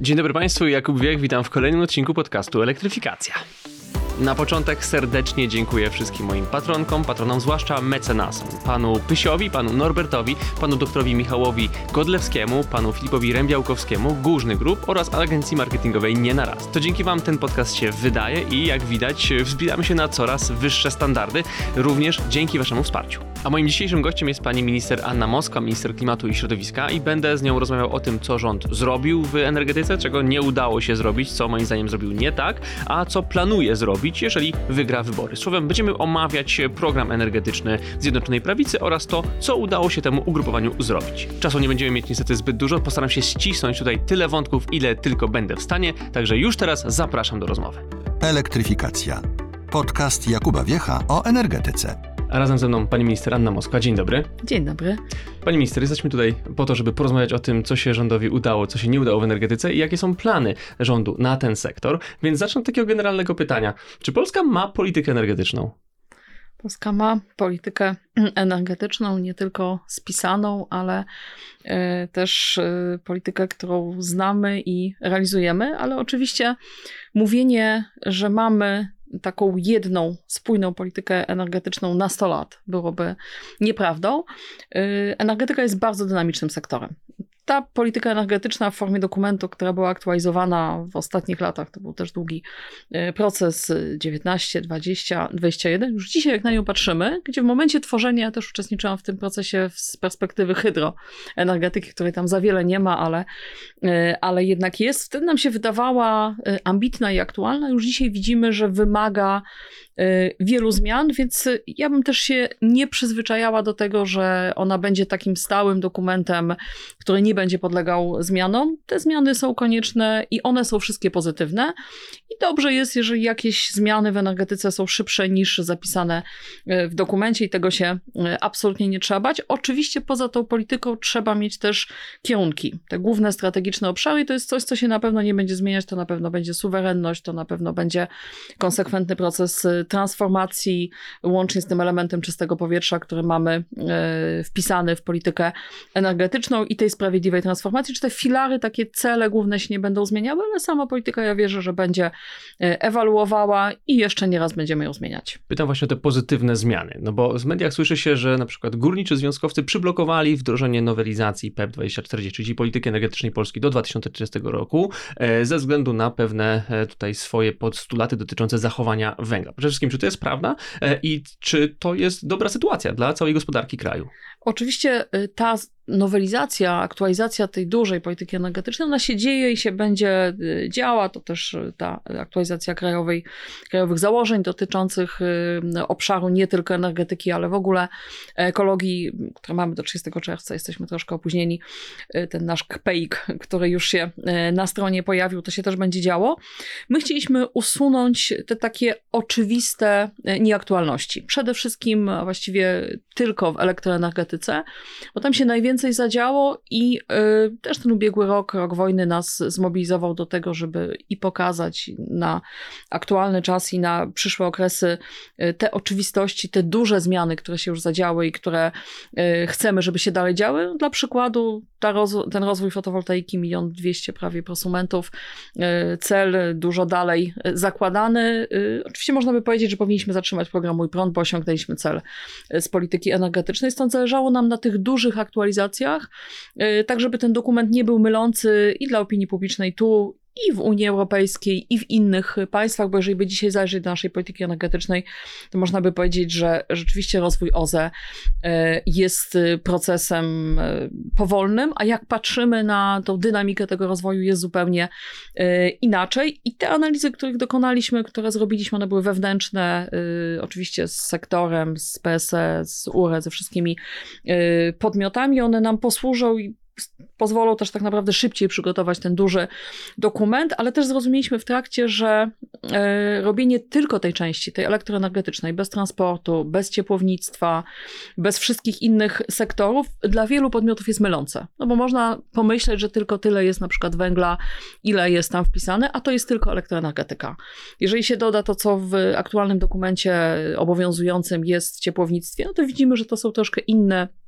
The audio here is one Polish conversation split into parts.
Dzień dobry Państwu, Jakub Wiech, witam w kolejnym odcinku podcastu Elektryfikacja. Na początek serdecznie dziękuję wszystkim moim patronom, zwłaszcza mecenasom. Panu Pysiowi, panu Norbertowi, panu doktorowi Michałowi Godlewskiemu, panu Filipowi Rębiałkowskiemu, Górzny Group oraz agencji marketingowej Nie na raz. To dzięki wam ten podcast się wydaje i jak widać wzbijamy się na coraz wyższe standardy, również dzięki waszemu wsparciu. A moim dzisiejszym gościem jest pani minister Anna Moskwa, minister klimatu i środowiska i będę z nią rozmawiał o tym, co rząd zrobił w energetyce, czego nie udało się zrobić, co moim zdaniem zrobił nie tak, a co planuje zrobić, jeżeli wygra wybory. Słowem, będziemy omawiać program energetyczny Zjednoczonej Prawicy oraz to, co udało się temu ugrupowaniu zrobić. Czasu nie będziemy mieć niestety zbyt dużo, postaram się ścisnąć tutaj tyle wątków, ile tylko będę w stanie, także już teraz zapraszam do rozmowy. Elektryfikacja. Podcast Jakuba Wiecha o energetyce. A razem ze mną pani minister Anna Moskwa. Dzień dobry. Dzień dobry. Pani minister, jesteśmy tutaj po to, żeby porozmawiać o tym, co się rządowi udało, co się nie udało w energetyce i jakie są plany rządu na ten sektor. Więc zacznę od takiego generalnego pytania. Czy Polska ma politykę energetyczną? Polska ma politykę energetyczną, nie tylko spisaną, ale też politykę, którą znamy i realizujemy, ale oczywiście mówienie, że mamy taką jedną, spójną politykę energetyczną na 100 lat byłoby nieprawdą. Energetyka jest bardzo dynamicznym sektorem. Ta polityka energetyczna w formie dokumentu, która była aktualizowana w ostatnich latach, to był też długi proces 19, 20, 21. Już dzisiaj jak na nią patrzymy, gdzie w momencie tworzenia, ja też uczestniczyłam w tym procesie z perspektywy hydroenergetyki, której tam za wiele nie ma, ale jednak jest. Wtedy nam się wydawała ambitna i aktualna. Już dzisiaj widzimy, że wymaga wielu zmian, więc ja bym też się nie przyzwyczajała do tego, że ona będzie takim stałym dokumentem, który nie będzie podlegał zmianom. Te zmiany są konieczne i one są wszystkie pozytywne. I dobrze jest, jeżeli jakieś zmiany w energetyce są szybsze niż zapisane w dokumencie i tego się absolutnie nie trzeba bać. Oczywiście poza tą polityką trzeba mieć też kierunki. Te główne strategiczne obszary i to jest coś, co się na pewno nie będzie zmieniać. To na pewno będzie suwerenność, to na pewno będzie konsekwentny proces transformacji, łącznie z tym elementem czystego powietrza, który mamy wpisany w politykę energetyczną i tej sprawiedliwej transformacji. Czy te filary, takie cele główne się nie będą zmieniały, ale sama polityka, ja wierzę, że będzie ewaluowała i jeszcze nie raz będziemy ją zmieniać. Pytam właśnie o te pozytywne zmiany, no bo w mediach słyszy się, że na przykład górniczy związkowcy przyblokowali wdrożenie nowelizacji PEP 2040, czyli polityki energetycznej Polski do 2030 roku, ze względu na pewne tutaj swoje postulaty dotyczące zachowania węgla. Przede wszystkim, czy to jest prawda i czy to jest dobra sytuacja dla całej gospodarki kraju? Oczywiście ta nowelizacja, aktualizacja tej dużej polityki energetycznej, ona się dzieje i się będzie działa. To też ta aktualizacja krajowych założeń dotyczących obszaru nie tylko energetyki, ale w ogóle ekologii, które mamy do 30 czerwca. Jesteśmy troszkę opóźnieni. Ten nasz KPEIK, który już się na stronie pojawił, to się też będzie działo. My chcieliśmy usunąć te takie oczywiste nieaktualności. Przede wszystkim, a właściwie tylko w elektroenergetyce, bo tam się najwięcej zadziało i też ten ubiegły rok wojny nas zmobilizował do tego, żeby i pokazać na aktualny czas i na przyszłe okresy te oczywistości, te duże zmiany, które się już zadziały i które chcemy, żeby się dalej działy. Dla przykładu ten rozwój fotowoltaiki 1 200 000 prawie prosumentów, cel dużo dalej zakładany. Oczywiście można by powiedzieć, że powinniśmy zatrzymać program Mój Prąd, bo osiągnęliśmy cel z polityki energetycznej, stąd zależało nam na tych dużych aktualizacjach, tak żeby ten dokument nie był mylący i dla opinii publicznej tu, i w Unii Europejskiej, i w innych państwach, bo jeżeli by dzisiaj zajrzeć do naszej polityki energetycznej, to można by powiedzieć, że rzeczywiście rozwój OZE jest procesem powolnym, a jak patrzymy na tą dynamikę tego rozwoju, jest zupełnie inaczej. I te analizy, których dokonaliśmy, które zrobiliśmy, one były wewnętrzne, oczywiście z sektorem, z PSE, z URE, ze wszystkimi podmiotami, one nam posłużą i pozwolą też tak naprawdę szybciej przygotować ten duży dokument, ale też zrozumieliśmy w trakcie, że robienie tylko tej części, tej elektroenergetycznej, bez transportu, bez ciepłownictwa, bez wszystkich innych sektorów, dla wielu podmiotów jest mylące. No bo można pomyśleć, że tylko tyle jest na przykład węgla, ile jest tam wpisane, a to jest tylko elektroenergetyka. Jeżeli się doda to, co w aktualnym dokumencie obowiązującym jest w ciepłownictwie, no to widzimy, że to są troszkę inne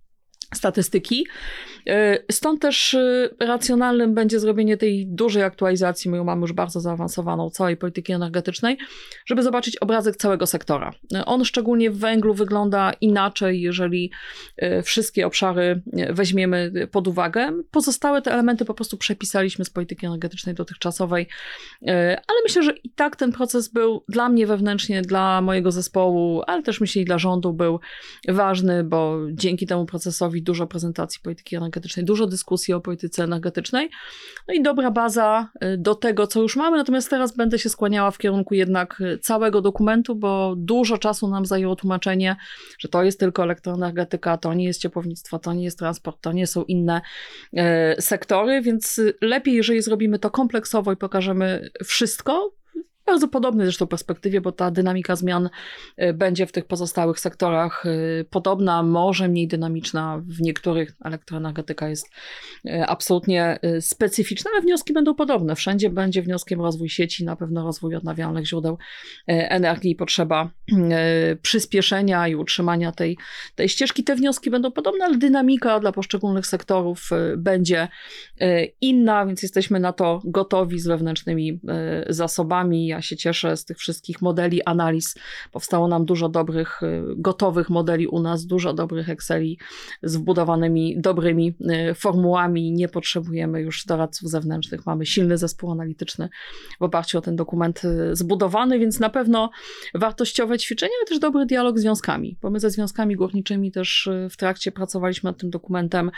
statystyki. Stąd też racjonalnym będzie zrobienie tej dużej aktualizacji, my ją mamy już bardzo zaawansowaną, całej polityki energetycznej, żeby zobaczyć obrazek całego sektora. On szczególnie w węglu wygląda inaczej, jeżeli wszystkie obszary weźmiemy pod uwagę. Pozostałe te elementy po prostu przepisaliśmy z polityki energetycznej dotychczasowej, ale myślę, że i tak ten proces był dla mnie wewnętrznie, dla mojego zespołu, ale też myślę i dla rządu był ważny, bo dzięki temu procesowi dużo prezentacji polityki energetycznej, dużo dyskusji o polityce energetycznej, no i dobra baza do tego, co już mamy, natomiast teraz będę się skłaniała w kierunku jednak całego dokumentu, bo dużo czasu nam zajęło tłumaczenie, że to jest tylko elektroenergetyka, to nie jest ciepłownictwo, to nie jest transport, to nie są inne sektory, więc lepiej, jeżeli zrobimy to kompleksowo i pokażemy wszystko, bardzo podobnej zresztą perspektywie, bo ta dynamika zmian będzie w tych pozostałych sektorach podobna, może mniej dynamiczna. W niektórych elektroenergetyka jest absolutnie specyficzna, ale wnioski będą podobne. Wszędzie będzie wnioskiem rozwój sieci, na pewno rozwój odnawialnych źródeł energii i potrzeba przyspieszenia i utrzymania tej ścieżki. Te wnioski będą podobne, ale dynamika dla poszczególnych sektorów będzie inna, więc jesteśmy na to gotowi z wewnętrznymi zasobami. Ja się cieszę z tych wszystkich modeli, analiz. Powstało nam dużo dobrych, gotowych modeli u nas, dużo dobrych Exceli z wbudowanymi dobrymi formułami. Nie potrzebujemy już doradców zewnętrznych. Mamy silny zespół analityczny w oparciu o ten dokument zbudowany, więc na pewno wartościowe ćwiczenia, ale też dobry dialog z związkami, bo my ze związkami górniczymi też w trakcie pracowaliśmy nad tym dokumentem,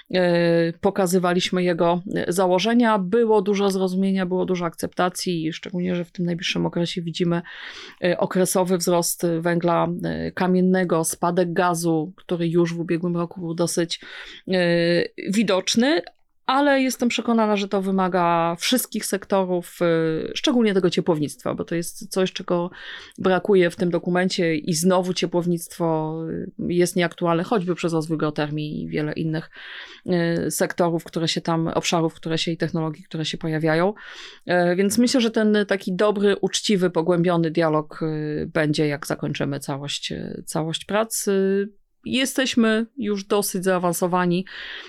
pokazywaliśmy jego założenia. Było dużo zrozumienia, było dużo akceptacji, szczególnie, że w tym najbliższym okresie widzimy okresowy wzrost węgla kamiennego, spadek gazu, który już w ubiegłym roku był dosyć widoczny, ale jestem przekonana, że to wymaga wszystkich sektorów, szczególnie tego ciepłownictwa, bo to jest coś, czego brakuje w tym dokumencie i znowu ciepłownictwo jest nieaktualne, choćby przez rozwój geotermii i wiele innych sektorów, które się tam, obszarów, które się i technologii, które się pojawiają. Więc myślę, że ten taki dobry, uczciwy, pogłębiony dialog będzie, jak zakończymy całość prac. Jesteśmy już dosyć zaawansowani.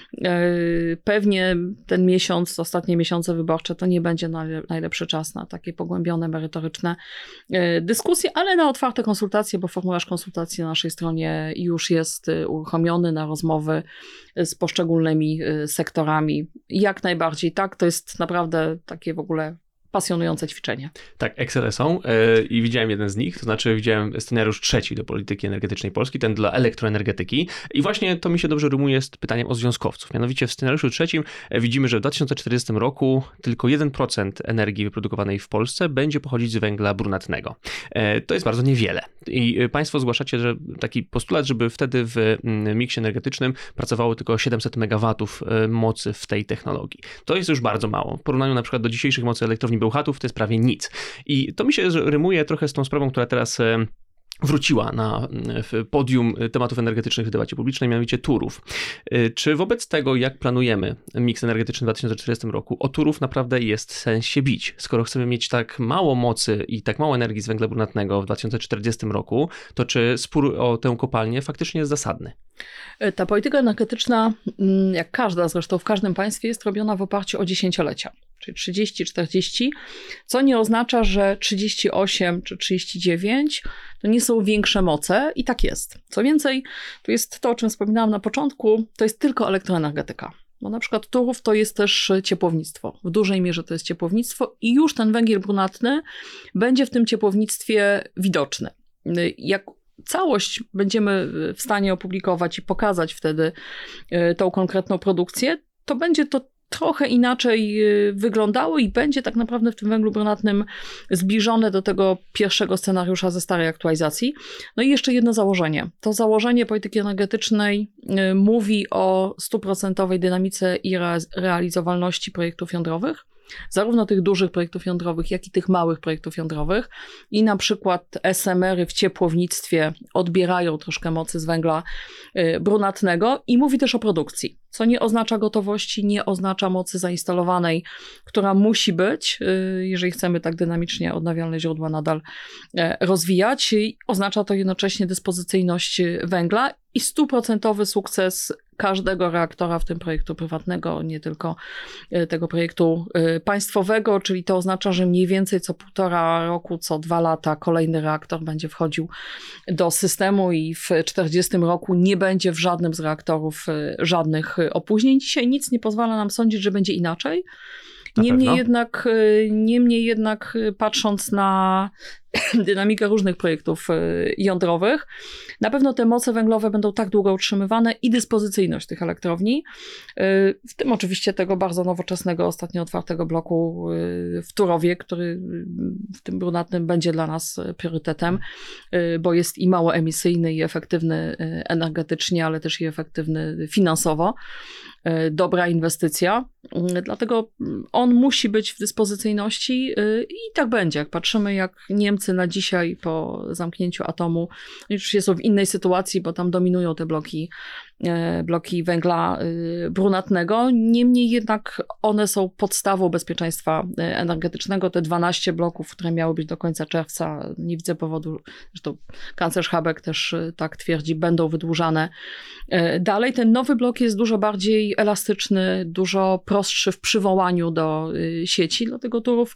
Pewnie ten miesiąc, ostatnie miesiące wyborcze to nie będzie najlepszy czas na takie pogłębione, merytoryczne dyskusje, ale na otwarte konsultacje, bo formularz konsultacji na naszej stronie już jest uruchomiony na rozmowy z poszczególnymi sektorami. Jak najbardziej tak, to jest naprawdę takie w ogóle pasjonujące ćwiczenie. Tak, Excele są i widziałem jeden z nich, to znaczy widziałem scenariusz trzeci do polityki energetycznej Polski, ten dla elektroenergetyki i właśnie to mi się dobrze rymuje z pytaniem o związkowców. Mianowicie w scenariuszu trzecim widzimy, że w 2040 roku tylko 1% energii wyprodukowanej w Polsce będzie pochodzić z węgla brunatnego. To jest bardzo niewiele i państwo zgłaszacie, że taki postulat, żeby wtedy w miksie energetycznym pracowało tylko 700 MW mocy w tej technologii. To jest już bardzo mało. W porównaniu na przykład do dzisiejszych mocy elektrowni Bełchatów to jest prawie nic. I to mi się rymuje trochę z tą sprawą, która teraz wróciła na podium tematów energetycznych w debacie publicznej, mianowicie Turów. Czy wobec tego, jak planujemy miks energetyczny w 2040 roku, o Turów naprawdę jest sens się bić? Skoro chcemy mieć tak mało mocy i tak mało energii z węgla brunatnego w 2040 roku, to czy spór o tę kopalnię faktycznie jest zasadny? Ta polityka energetyczna, jak każda zresztą w każdym państwie, jest robiona w oparciu o dziesięciolecia, czyli 30, 40, co nie oznacza, że 38 czy 39 to nie są większe moce i tak jest. Co więcej, tu jest to, o czym wspominałam na początku, to jest tylko elektroenergetyka. Bo na przykład Turów to jest też ciepłownictwo. W dużej mierze to jest ciepłownictwo i już ten węgiel brunatny będzie w tym ciepłownictwie widoczny. Jak całość będziemy w stanie opublikować i pokazać wtedy tą konkretną produkcję, to będzie to trochę inaczej wyglądało i będzie tak naprawdę w tym węglu brunatnym zbliżone do tego pierwszego scenariusza ze starej aktualizacji. No i jeszcze jedno założenie. To założenie polityki energetycznej mówi o 100% dynamice i realizowalności projektów jądrowych, zarówno tych dużych projektów jądrowych, jak i tych małych projektów jądrowych. I na przykład SMR-y w ciepłownictwie odbierają troszkę mocy z węgla brunatnego i mówi też o produkcji, co nie oznacza gotowości, nie oznacza mocy zainstalowanej, która musi być, jeżeli chcemy tak dynamicznie odnawialne źródła nadal rozwijać. Oznacza to jednocześnie dyspozycyjność węgla i 100% sukces każdego reaktora, w tym projektu prywatnego, nie tylko tego projektu państwowego, czyli to oznacza, że mniej więcej co 1,5 roku, co 2 lata kolejny reaktor będzie wchodził do systemu i w 2040 roku nie będzie w żadnym z reaktorów żadnych opóźnień. Dzisiaj nic nie pozwala nam sądzić, że będzie inaczej. Niemniej jednak patrząc na dynamikę różnych projektów jądrowych, na pewno te moce węglowe będą tak długo utrzymywane i dyspozycyjność tych elektrowni, w tym oczywiście tego bardzo nowoczesnego, ostatnio otwartego bloku w Turowie, który w tym brunatnym będzie dla nas priorytetem, bo jest i mało emisyjny, i efektywny energetycznie, ale też i efektywny finansowo. Dobra inwestycja, dlatego on musi być w dyspozycyjności i tak będzie. Jak patrzymy, jak Niemcy na dzisiaj po zamknięciu atomu, już są w innej sytuacji, bo tam dominują te bloki węgla brunatnego, niemniej jednak one są podstawą bezpieczeństwa energetycznego. Te 12 bloków, które miały być do końca czerwca, nie widzę powodu, zresztą kanclerz Habeck też tak twierdzi, będą wydłużane dalej. Ten nowy blok jest dużo bardziej elastyczny, dużo prostszy w przywołaniu do sieci, dlatego Turów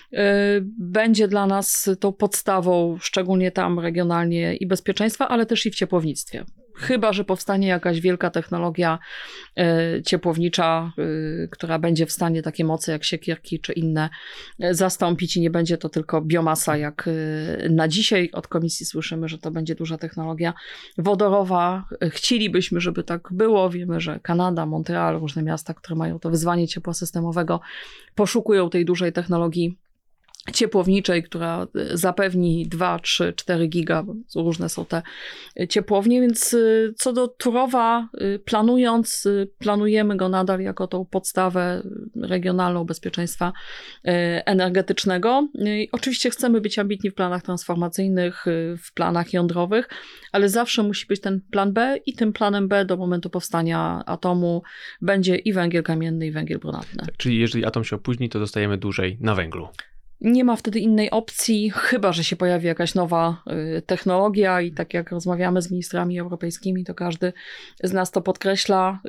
będzie dla nas tą podstawą, szczególnie tam regionalnie i bezpieczeństwa, ale też i w ciepłownictwie. Chyba że powstanie jakaś wielka technologia ciepłownicza, która będzie w stanie takie moce jak siekierki czy inne zastąpić i nie będzie to tylko biomasa jak na dzisiaj. Od komisji słyszymy, że to będzie duża technologia wodorowa. Chcielibyśmy, żeby tak było. Wiemy, że Kanada, Montreal, różne miasta, które mają to wyzwanie ciepła systemowego, poszukują tej dużej technologii ciepłowniczej, która zapewni 2, 3, 4 giga, bo różne są te ciepłownie, więc co do Turowa planujemy go nadal jako tą podstawę regionalną bezpieczeństwa energetycznego. Oczywiście chcemy być ambitni w planach transformacyjnych, w planach jądrowych, ale zawsze musi być ten plan B i tym planem B do momentu powstania atomu będzie i węgiel kamienny, i węgiel brunatny. Czyli jeżeli atom się opóźni, to zostajemy dłużej na węglu. Nie ma wtedy innej opcji, chyba że się pojawi jakaś nowa technologia i tak jak rozmawiamy z ministrami europejskimi, to każdy z nas to podkreśla,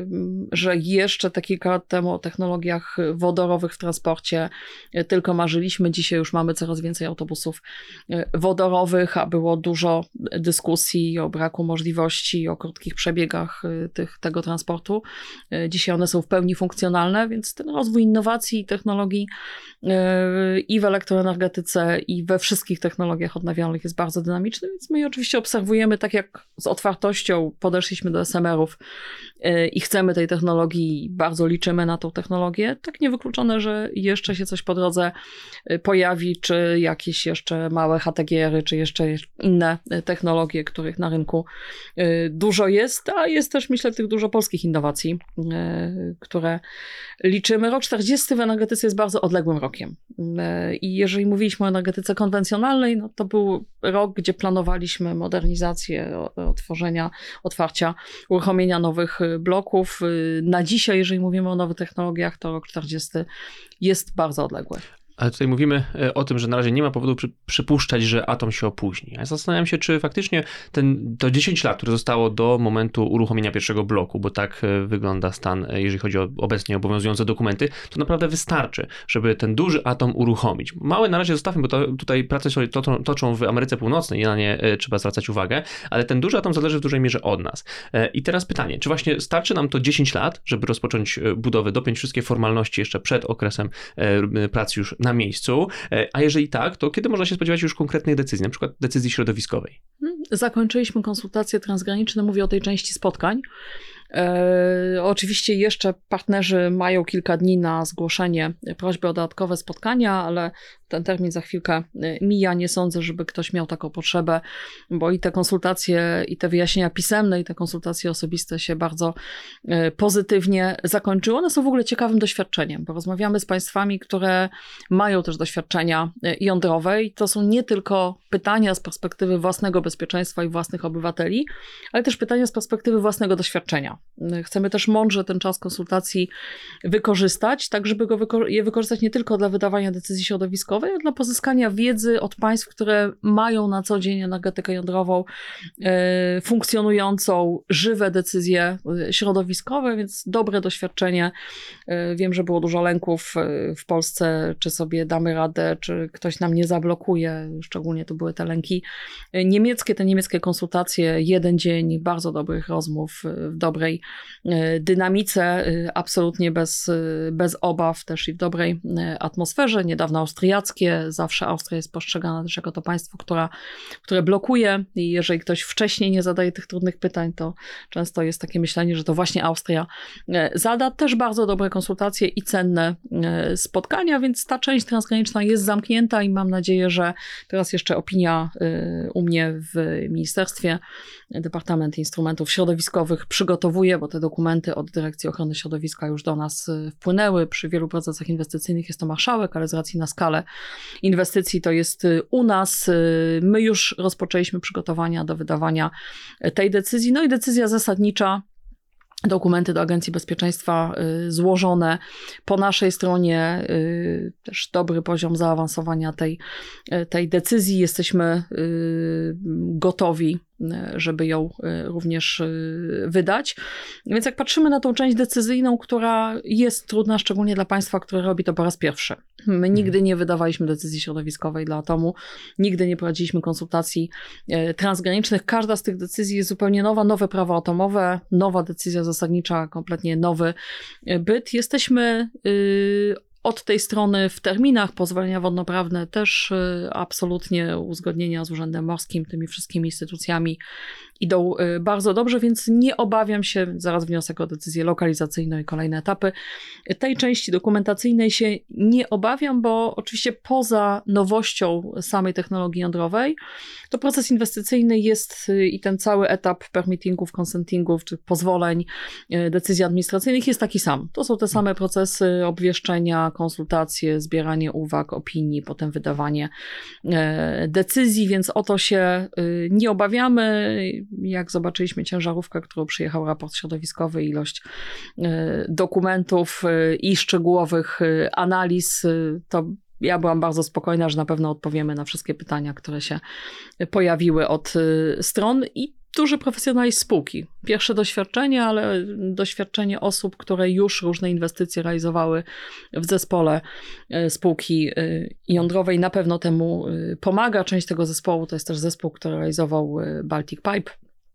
że jeszcze te kilka lat temu o technologiach wodorowych w transporcie tylko marzyliśmy. Dzisiaj już mamy coraz więcej autobusów wodorowych, a było dużo dyskusji o braku możliwości, o krótkich przebiegach tego transportu. Dzisiaj one są w pełni funkcjonalne, więc ten rozwój innowacji i technologii i w elektroenergetyce, i we wszystkich technologiach odnawialnych jest bardzo dynamiczny, więc my oczywiście obserwujemy, tak jak z otwartością podeszliśmy do SMR-ów i chcemy tej technologii, bardzo liczymy na tą technologię, tak niewykluczone, że jeszcze się coś po drodze pojawi, czy jakieś jeszcze małe HTGR-y, czy jeszcze inne technologie, których na rynku dużo jest, a jest też, myślę, tych dużo polskich innowacji, które liczymy. Rok 40 w energetyce jest bardzo odległym rokiem. I jeżeli mówiliśmy o energetyce konwencjonalnej, no to był rok, gdzie planowaliśmy modernizację, otwarcia, uruchomienia nowych bloków. Na dzisiaj, jeżeli mówimy o nowych technologiach, to rok 40 jest bardzo odległy. Ale tutaj mówimy o tym, że na razie nie ma powodu przypuszczać, że atom się opóźni. Ja zastanawiam się, czy faktycznie to 10 lat, które zostało do momentu uruchomienia pierwszego bloku, bo tak wygląda stan, jeżeli chodzi o obecnie obowiązujące dokumenty, to naprawdę wystarczy, żeby ten duży atom uruchomić. Małe na razie zostawmy, bo tutaj prace się toczą w Ameryce Północnej i na nie trzeba zwracać uwagę, ale ten duży atom zależy w dużej mierze od nas. I teraz pytanie, czy właśnie starczy nam to 10 lat, żeby rozpocząć budowę, dopiąć wszystkie formalności jeszcze przed okresem prac już na miejscu, a jeżeli tak, to kiedy można się spodziewać już konkretnych decyzji, na przykład decyzji środowiskowej? Zakończyliśmy konsultacje transgraniczne, mówię o tej części spotkań. Oczywiście jeszcze partnerzy mają kilka dni na zgłoszenie prośby o dodatkowe spotkania, ale ten termin za chwilkę mija. Nie sądzę, żeby ktoś miał taką potrzebę, bo i te konsultacje, i te wyjaśnienia pisemne, i te konsultacje osobiste się bardzo pozytywnie zakończyły. One są w ogóle ciekawym doświadczeniem, bo rozmawiamy z państwami, które mają też doświadczenia jądrowe i to są nie tylko pytania z perspektywy własnego bezpieczeństwa i własnych obywateli, ale też pytania z perspektywy własnego doświadczenia. Chcemy też mądrze ten czas konsultacji wykorzystać, tak żeby je wykorzystać nie tylko dla wydawania decyzji środowiskowej, ale dla pozyskania wiedzy od państw, które mają na co dzień energetykę jądrową funkcjonującą, żywe decyzje środowiskowe, więc dobre doświadczenie. Wiem, że było dużo lęków w Polsce, czy sobie damy radę, czy ktoś nam nie zablokuje, szczególnie to były te lęki te niemieckie konsultacje, jeden dzień bardzo dobrych rozmów w dobrej dynamice, absolutnie bez obaw, też i w dobrej atmosferze. Niedawno austriackie, zawsze Austria jest postrzegana też jako to państwo, które blokuje i jeżeli ktoś wcześniej nie zadaje tych trudnych pytań, to często jest takie myślenie, że to właśnie Austria zada. Też bardzo dobre konsultacje i cenne spotkania, więc ta część transgraniczna jest zamknięta i mam nadzieję, że teraz jeszcze opinia u mnie w ministerstwie, Departament Instrumentów Środowiskowych przygotowuje, bo te dokumenty od Dyrekcji Ochrony Środowiska już do nas wpłynęły. Przy wielu procesach inwestycyjnych jest to marszałek, ale z racji na skalę inwestycji to jest u nas. My już rozpoczęliśmy przygotowania do wydawania tej decyzji. No i decyzja zasadnicza, dokumenty do Agencji Bezpieczeństwa złożone. Po naszej stronie też dobry poziom zaawansowania tej decyzji. Jesteśmy gotowi, żeby ją również wydać. Więc jak patrzymy na tą część decyzyjną, która jest trudna, szczególnie dla państwa, które robi to po raz pierwszy. My nigdy nie wydawaliśmy decyzji środowiskowej dla atomu, nigdy nie prowadziliśmy konsultacji transgranicznych. Każda z tych decyzji jest zupełnie nowa, nowe prawo atomowe, nowa decyzja zasadnicza, kompletnie nowy byt. Jesteśmy od tej strony w terminach pozwolenia wodnoprawne też absolutnie uzgodnienia z Urzędem Morskim, tymi wszystkimi instytucjami idą bardzo dobrze, więc nie obawiam się, zaraz wniosek o decyzję lokalizacyjną i kolejne etapy. Tej części dokumentacyjnej się nie obawiam, bo oczywiście poza nowością samej technologii jądrowej, to proces inwestycyjny jest i ten cały etap permittingów, consentingów, czy pozwoleń, decyzji administracyjnych jest taki sam. To są te same procesy obwieszczenia, konsultacje, zbieranie uwag, opinii, potem wydawanie decyzji, więc o to się nie obawiamy. Jak zobaczyliśmy ciężarówkę, którą przyjechał raport środowiskowy, ilość dokumentów i szczegółowych analiz, to ja byłam bardzo spokojna, że na pewno odpowiemy na wszystkie pytania, które się pojawiły od stron i duży profesjonalizm spółki. Pierwsze doświadczenie, ale doświadczenie osób, które już różne inwestycje realizowały w zespole spółki jądrowej na pewno temu pomaga. Część tego zespołu to jest też zespół, który realizował Baltic Pipe,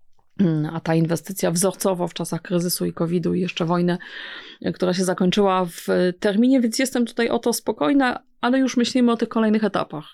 a ta inwestycja wzorcowo w czasach kryzysu i COVID-u i jeszcze wojny, która się zakończyła w terminie, więc jestem tutaj o to spokojna, ale już myślimy o tych kolejnych etapach.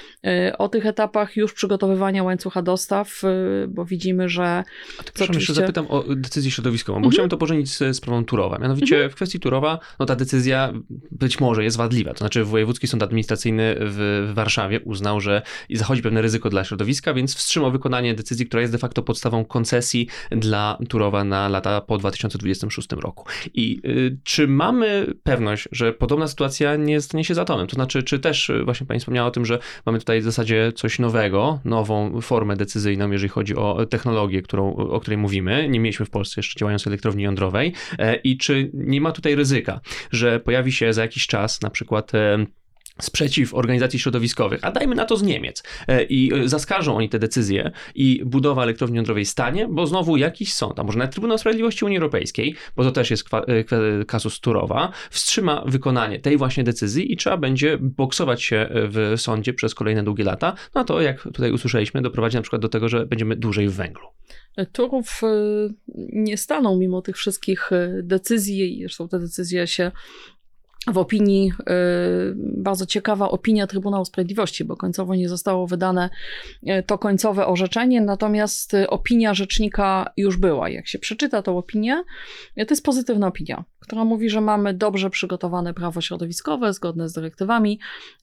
O tych etapach już przygotowywania łańcucha dostaw, bo widzimy, że... Proszę, jeszcze zapytam o decyzję środowiskową, bo chciałem to pożenić z sprawą Turowa. Mianowicie w kwestii Turowa, no ta decyzja być może jest wadliwa. To znaczy Wojewódzki Sąd Administracyjny w Warszawie uznał, że zachodzi pewne ryzyko dla środowiska, więc wstrzymał wykonanie decyzji, która jest de facto podstawą koncesji dla Turowa na lata po 2026 roku. I czy mamy pewność, że podobna sytuacja nie stanie się z atomem? To znaczy, czy też właśnie pani wspomniała o tym, że mamy tutaj w zasadzie coś nowego, nową formę decyzyjną, jeżeli chodzi o technologię, o której mówimy. Nie mieliśmy w Polsce jeszcze działającej elektrowni jądrowej. I czy nie ma tutaj ryzyka, że pojawi się za jakiś czas na przykład sprzeciw organizacji środowiskowych, a dajmy na to z Niemiec, i zaskarżą oni te decyzje i budowa elektrowni jądrowej stanie, bo znowu jakiś sąd, a może nawet Trybunał Sprawiedliwości Unii Europejskiej, bo to też jest kasus Turowa, wstrzyma wykonanie tej właśnie decyzji i trzeba będzie boksować się w sądzie przez kolejne długie lata, no to jak tutaj usłyszeliśmy, doprowadzi na przykład do tego, że będziemy dłużej w węglu. Turów nie stanął mimo tych wszystkich decyzji, zresztą te decyzje się w opinii, bardzo ciekawa opinia Trybunału Sprawiedliwości, bo końcowo nie zostało wydane to końcowe orzeczenie, natomiast opinia rzecznika już była. Jak się przeczyta tą opinię, to jest pozytywna opinia, która mówi, że mamy dobrze przygotowane prawo środowiskowe, zgodne z dyrektywami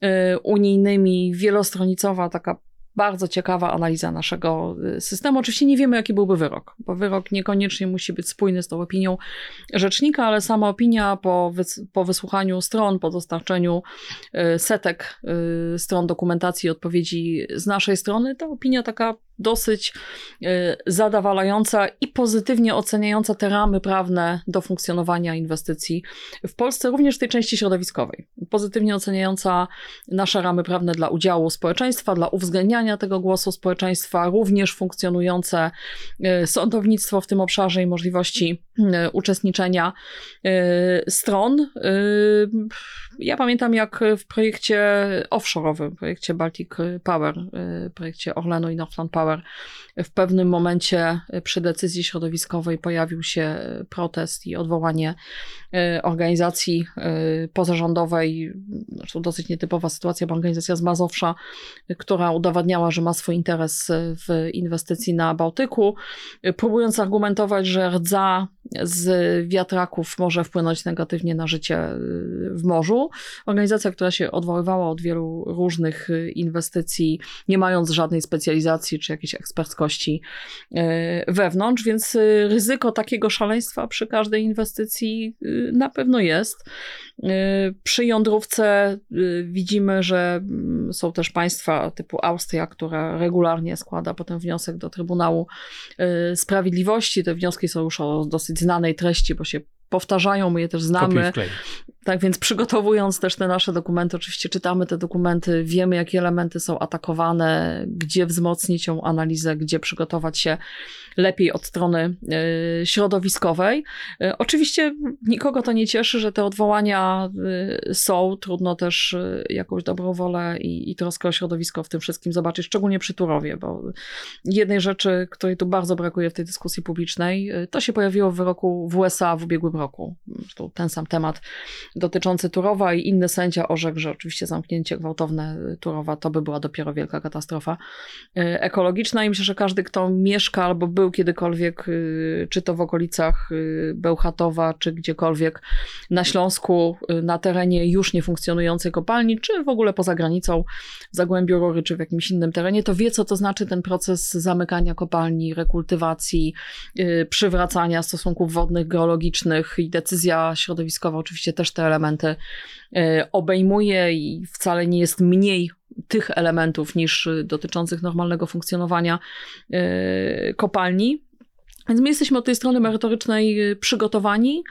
unijnymi, wielostronicowa taka bardzo ciekawa analiza naszego systemu. Oczywiście nie wiemy, jaki byłby wyrok, bo wyrok niekoniecznie musi być spójny z tą opinią rzecznika, ale sama opinia po wysłuchaniu stron, po dostarczeniu setek stron dokumentacji i odpowiedzi z naszej strony, ta opinia taka dosyć zadowalająca i pozytywnie oceniająca te ramy prawne do funkcjonowania inwestycji w Polsce, również w tej części środowiskowej. Pozytywnie oceniająca nasze ramy prawne dla udziału społeczeństwa, dla uwzględniania tego głosu społeczeństwa, również funkcjonujące sądownictwo w tym obszarze i możliwości uczestniczenia stron. Ja pamiętam, jak w projekcie offshore'owym, projekcie Baltic Power, projekcie Orlenu i Northland Power, w pewnym momencie przy decyzji środowiskowej pojawił się protest i odwołanie organizacji pozarządowej, zresztą dosyć nietypowa sytuacja, bo organizacja z Mazowsza, która udowadniała, że ma swój interes w inwestycji na Bałtyku, próbując argumentować, że rdza z wiatraków może wpłynąć negatywnie na życie w morzu. Organizacja, która się odwoływała od wielu różnych inwestycji, nie mając żadnej specjalizacji czy jakiejś eksperckości wewnątrz, więc ryzyko takiego szaleństwa przy każdej inwestycji na pewno jest. Przy jądrówce widzimy, że są też państwa typu Austria, która regularnie składa potem wniosek do Trybunału Sprawiedliwości. Te wnioski są już o dosyć znanej treści, bo się powtarzają, my je też znamy. Tak więc przygotowując też te nasze dokumenty, oczywiście czytamy te dokumenty, wiemy, jakie elementy są atakowane, gdzie wzmocnić ją analizę, gdzie przygotować się lepiej od strony środowiskowej. Oczywiście nikogo to nie cieszy, że te odwołania są. Trudno też jakąś dobrą wolę i troskę o środowisko w tym wszystkim zobaczyć, szczególnie przy Turowie, bo jednej rzeczy, której tu bardzo brakuje w tej dyskusji publicznej, to się pojawiło w wyroku w USA w ubiegłym roku. Zresztą ten sam temat dotyczący Turowa i inny sędzia orzekł, że oczywiście zamknięcie gwałtowne Turowa to by była dopiero wielka katastrofa ekologiczna i myślę, że każdy, kto mieszka albo był kiedykolwiek, czy to w okolicach Bełchatowa, czy gdziekolwiek na Śląsku, na terenie już niefunkcjonującej kopalni, czy w ogóle poza granicą, w Zagłębiu Rury, czy w jakimś innym terenie, to wie, co to znaczy ten proces zamykania kopalni, rekultywacji, przywracania stosunków wodnych, geologicznych i decyzja środowiskowa oczywiście też te elementy obejmuje i wcale nie jest mniej tych elementów niż dotyczących normalnego funkcjonowania kopalni. Więc my jesteśmy od tej strony merytorycznej przygotowani.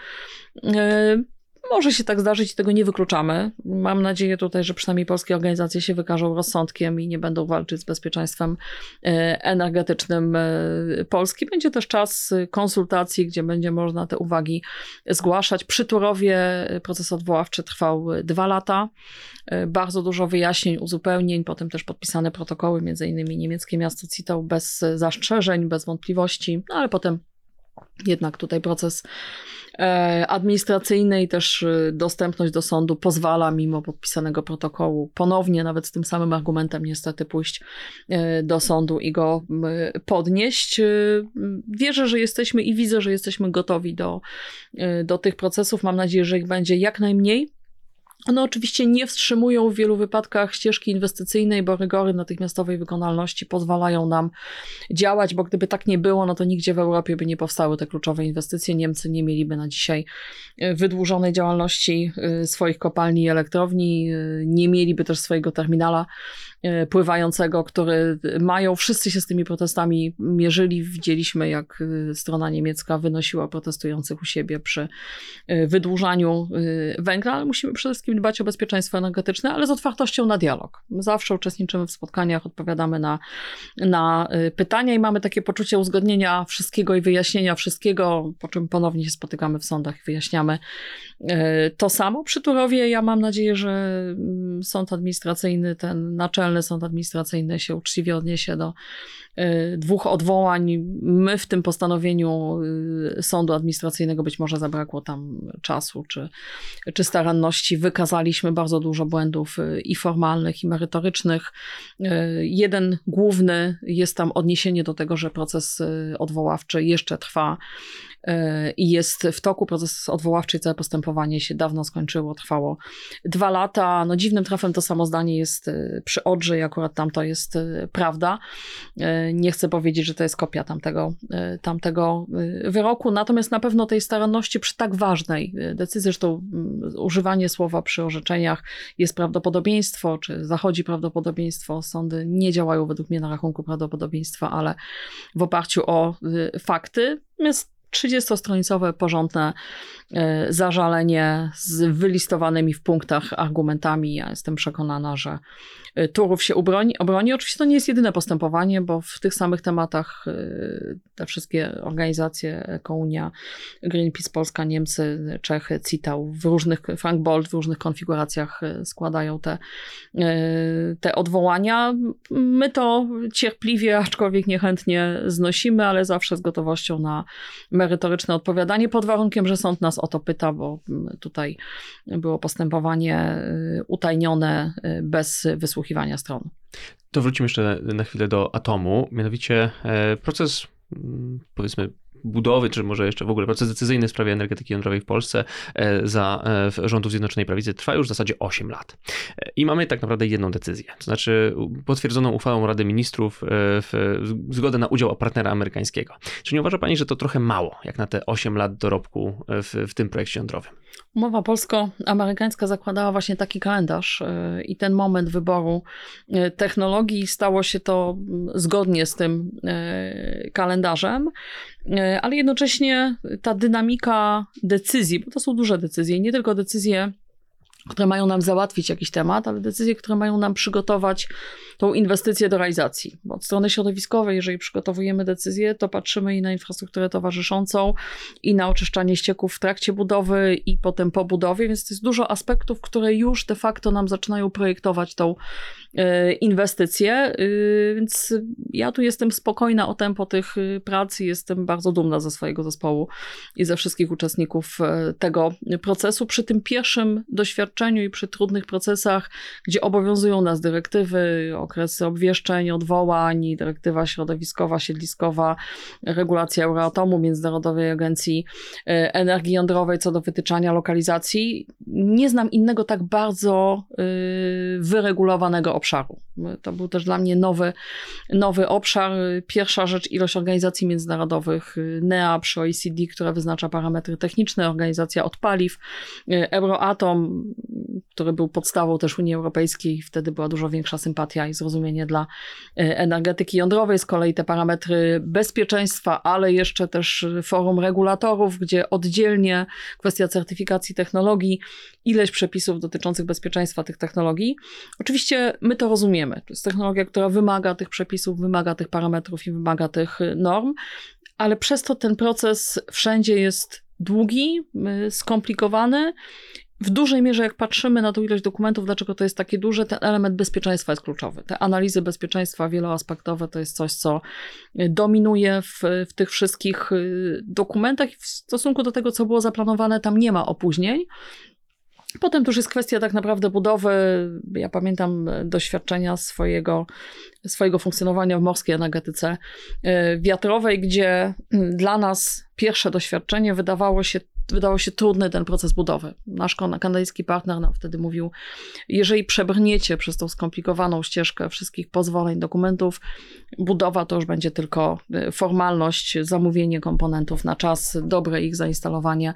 Może się tak zdarzyć i tego nie wykluczamy. Mam nadzieję tutaj, że przynajmniej polskie organizacje się wykażą rozsądkiem i nie będą walczyć z bezpieczeństwem energetycznym Polski. Będzie też czas konsultacji, gdzie będzie można te uwagi zgłaszać. Przy Turowie proces odwoławczy trwał 2 lata. Bardzo dużo wyjaśnień, uzupełnień, potem też podpisane protokoły, między innymi niemieckie miasto Zittau bez zastrzeżeń, bez wątpliwości, no ale potem jednak tutaj proces administracyjny i też dostępność do sądu pozwala mimo podpisanego protokołu ponownie, nawet z tym samym argumentem niestety pójść do sądu i go podnieść. Wierzę, że jesteśmy i widzę, że jesteśmy gotowi do tych procesów. Mam nadzieję, że ich będzie jak najmniej. One oczywiście nie wstrzymują w wielu wypadkach ścieżki inwestycyjnej, bo rygory natychmiastowej wykonalności pozwalają nam działać, bo gdyby tak nie było, no to nigdzie w Europie by nie powstały te kluczowe inwestycje. Niemcy nie mieliby na dzisiaj wydłużonej działalności swoich kopalni i elektrowni, nie mieliby też swojego terminala pływającego, który mają. Wszyscy się z tymi protestami mierzyli. Widzieliśmy, jak strona niemiecka wynosiła protestujących u siebie przy wydłużaniu węgla, ale musimy przede wszystkim dbać o bezpieczeństwo energetyczne, ale z otwartością na dialog. My zawsze uczestniczymy w spotkaniach, odpowiadamy na pytania i mamy takie poczucie uzgodnienia wszystkiego i wyjaśnienia wszystkiego, po czym ponownie się spotykamy w sądach i wyjaśniamy to samo. Przy Turowie ja mam nadzieję, że sąd administracyjny, ten naczelny sąd administracyjny się uczciwie odniesie do 2 odwołań. My w tym postanowieniu sądu administracyjnego być może zabrakło tam czasu czy staranności. Wykazaliśmy bardzo dużo błędów i formalnych, i merytorycznych. Jeden główny jest tam odniesienie do tego, że proces odwoławczy jeszcze trwa i jest w toku proces odwoławczy. Całe postępowanie się dawno skończyło, trwało 2 lata. No dziwnym trafem to samozdanie jest przy Odrze i akurat tam to jest prawda. Nie chcę powiedzieć, że to jest kopia tamtego wyroku, natomiast na pewno tej staranności przy tak ważnej decyzji, zresztą używanie słowa przy orzeczeniach jest prawdopodobieństwo, czy zachodzi prawdopodobieństwo. Sądy nie działają według mnie na rachunku prawdopodobieństwa, ale w oparciu o fakty. Jest 30-stronicowe, porządne zażalenie z wylistowanymi w punktach argumentami. Ja jestem przekonana, że Turów się obroni. Oczywiście to nie jest jedyne postępowanie, bo w tych samych tematach te wszystkie organizacje, Ekounia, Greenpeace Polska, Niemcy, Czechy, CITAU, Frank Bold w różnych konfiguracjach składają te odwołania. My to cierpliwie, aczkolwiek niechętnie znosimy, ale zawsze z gotowością na merytoryczne odpowiadanie, pod warunkiem, że sąd nas o to pyta, bo tutaj było postępowanie utajnione bez wysłuchiwania stron. To wrócimy jeszcze na chwilę do atomu, mianowicie proces, powiedzmy, budowy, czy może jeszcze w ogóle proces decyzyjny w sprawie energetyki jądrowej w Polsce za rządów Zjednoczonej Prawicy trwa już w zasadzie 8 lat. I mamy tak naprawdę jedną decyzję, to znaczy potwierdzoną uchwałą Rady Ministrów zgodę na udział partnera amerykańskiego. Czy nie uważa pani, że to trochę mało, jak na te 8 lat dorobku w tym projekcie jądrowym? Umowa polsko-amerykańska zakładała właśnie taki kalendarz i ten moment wyboru technologii stało się to zgodnie z tym kalendarzem, ale jednocześnie ta dynamika decyzji, bo to są duże decyzje, nie tylko decyzje, które mają nam załatwić jakiś temat, ale decyzje, które mają nam przygotować tą inwestycję do realizacji. Bo od strony środowiskowej, jeżeli przygotowujemy decyzję, to patrzymy i na infrastrukturę towarzyszącą, i na oczyszczanie ścieków w trakcie budowy, i potem po budowie, więc to jest dużo aspektów, które już de facto nam zaczynają projektować tą inwestycje, więc ja tu jestem spokojna o tempo tych prac i jestem bardzo dumna ze swojego zespołu i ze wszystkich uczestników tego procesu. Przy tym pierwszym doświadczeniu i przy trudnych procesach, gdzie obowiązują nas dyrektywy, okresy obwieszczeń, odwołań, dyrektywa środowiskowa, siedliskowa, regulacja Euratomu, Międzynarodowej Agencji Energii Jądrowej co do wytyczania lokalizacji, nie znam innego tak bardzo wyregulowanego obszaru. To był też dla mnie nowy obszar. Pierwsza rzecz, ilość organizacji międzynarodowych, NEA przy OECD, która wyznacza parametry techniczne, organizacja od paliw, Euratom, który był podstawą też Unii Europejskiej, wtedy była dużo większa sympatia i zrozumienie dla energetyki jądrowej, z kolei te parametry bezpieczeństwa, ale jeszcze też forum regulatorów, gdzie oddzielnie kwestia certyfikacji technologii, ileś przepisów dotyczących bezpieczeństwa tych technologii. Oczywiście my to rozumiemy. To jest technologia, która wymaga tych przepisów, wymaga tych parametrów i wymaga tych norm, ale przez to ten proces wszędzie jest długi, skomplikowany. W dużej mierze, jak patrzymy na tą ilość dokumentów, dlaczego to jest takie duże, ten element bezpieczeństwa jest kluczowy. Te analizy bezpieczeństwa wieloaspektowe to jest coś, co dominuje w tych wszystkich dokumentach i w stosunku do tego, co było zaplanowane, tam nie ma opóźnień. Potem to już jest kwestia tak naprawdę budowy. Ja pamiętam doświadczenia swojego funkcjonowania w morskiej energetyce wiatrowej, gdzie dla nas pierwsze doświadczenie wydawało się trudny ten proces budowy. Nasz kanadyjski partner nam wtedy mówił, jeżeli przebrniecie przez tą skomplikowaną ścieżkę wszystkich pozwoleń, dokumentów, budowa to już będzie tylko formalność, zamówienie komponentów na czas, dobre ich zainstalowanie.